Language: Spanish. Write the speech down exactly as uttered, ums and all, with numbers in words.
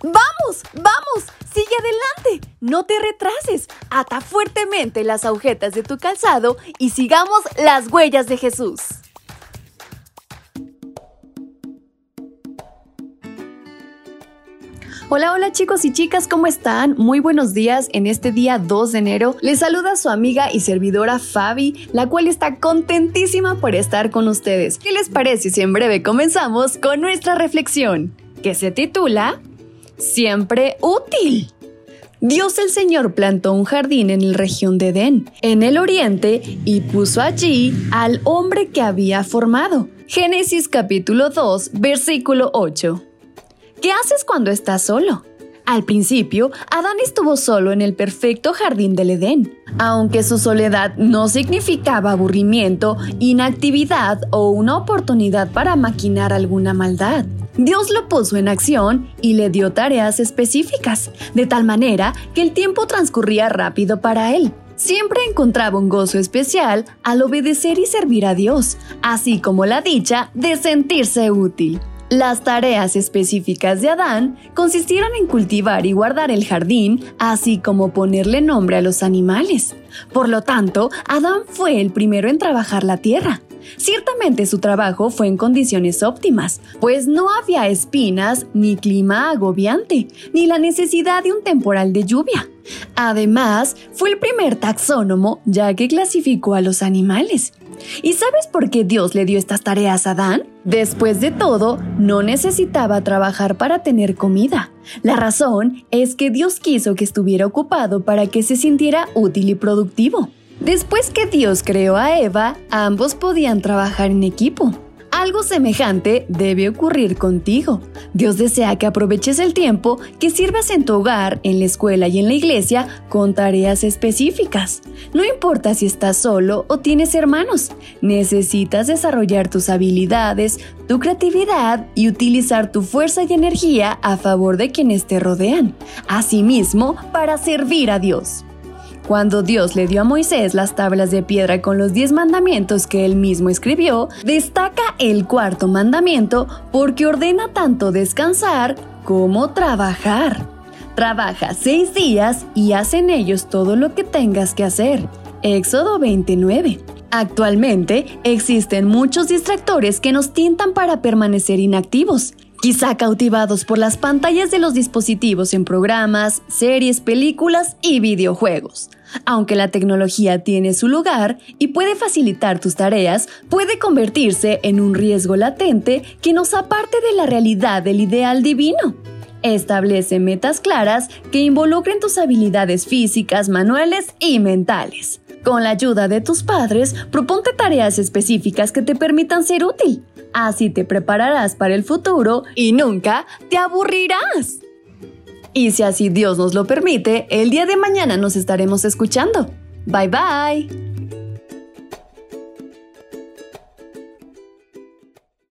¡Vamos! ¡Vamos! ¡Sigue adelante! No te retrases. Ata fuertemente las agujetas de tu calzado y sigamos las huellas de Jesús. Hola, hola chicos y chicas, ¿cómo están? Muy buenos días. En este día dos de enero les saluda su amiga y servidora Fabi, la cual está contentísima por estar con ustedes. ¿Qué les parece si en breve comenzamos con nuestra reflexión, que se titula Siempre útil? Dios el Señor plantó un jardín en la región de Edén, en el oriente, y puso allí al hombre que había formado. Génesis capítulo dos, versículo ocho. ¿Qué haces cuando estás solo? Al principio, Adán estuvo solo en el perfecto jardín del Edén. Aunque su soledad no significaba aburrimiento, inactividad o una oportunidad para maquinar alguna maldad. Dios lo puso en acción y le dio tareas específicas, de tal manera que el tiempo transcurría rápido para él. Siempre encontraba un gozo especial al obedecer y servir a Dios, así como la dicha de sentirse útil. Las tareas específicas de Adán consistieron en cultivar y guardar el jardín, así como ponerle nombre a los animales. Por lo tanto, Adán fue el primero en trabajar la tierra. Ciertamente su trabajo fue en condiciones óptimas, pues no había espinas, ni clima agobiante, ni la necesidad de un temporal de lluvia. Además, fue el primer taxónomo, ya que clasificó a los animales. ¿Y sabes por qué Dios le dio estas tareas a Adán? Después de todo, no necesitaba trabajar para tener comida. La razón es que Dios quiso que estuviera ocupado para que se sintiera útil y productivo. Después que Dios creó a Eva, ambos podían trabajar en equipo. Algo semejante debe ocurrir contigo. Dios desea que aproveches el tiempo que sirvas en tu hogar, en la escuela y en la iglesia con tareas específicas. No importa si estás solo o tienes hermanos, necesitas desarrollar tus habilidades, tu creatividad y utilizar tu fuerza y energía a favor de quienes te rodean. Asimismo, para servir a Dios. Cuando Dios le dio a Moisés las tablas de piedra con los diez mandamientos que él mismo escribió, destaca el cuarto mandamiento porque ordena tanto descansar como trabajar. Trabaja seis días y haz en ellos todo lo que tengas que hacer. Éxodo veintinueve. Actualmente existen muchos distractores que nos tientan para permanecer inactivos. Quizá cautivados por las pantallas de los dispositivos en programas, series, películas y videojuegos. Aunque la tecnología tiene su lugar y puede facilitar tus tareas, puede convertirse en un riesgo latente que nos aparte de la realidad del ideal divino. Establece metas claras que involucren tus habilidades físicas, manuales y mentales. Con la ayuda de tus padres, proponte tareas específicas que te permitan ser útil. Así te prepararás para el futuro y nunca te aburrirás. Y si así Dios nos lo permite, el día de mañana nos estaremos escuchando. Bye bye.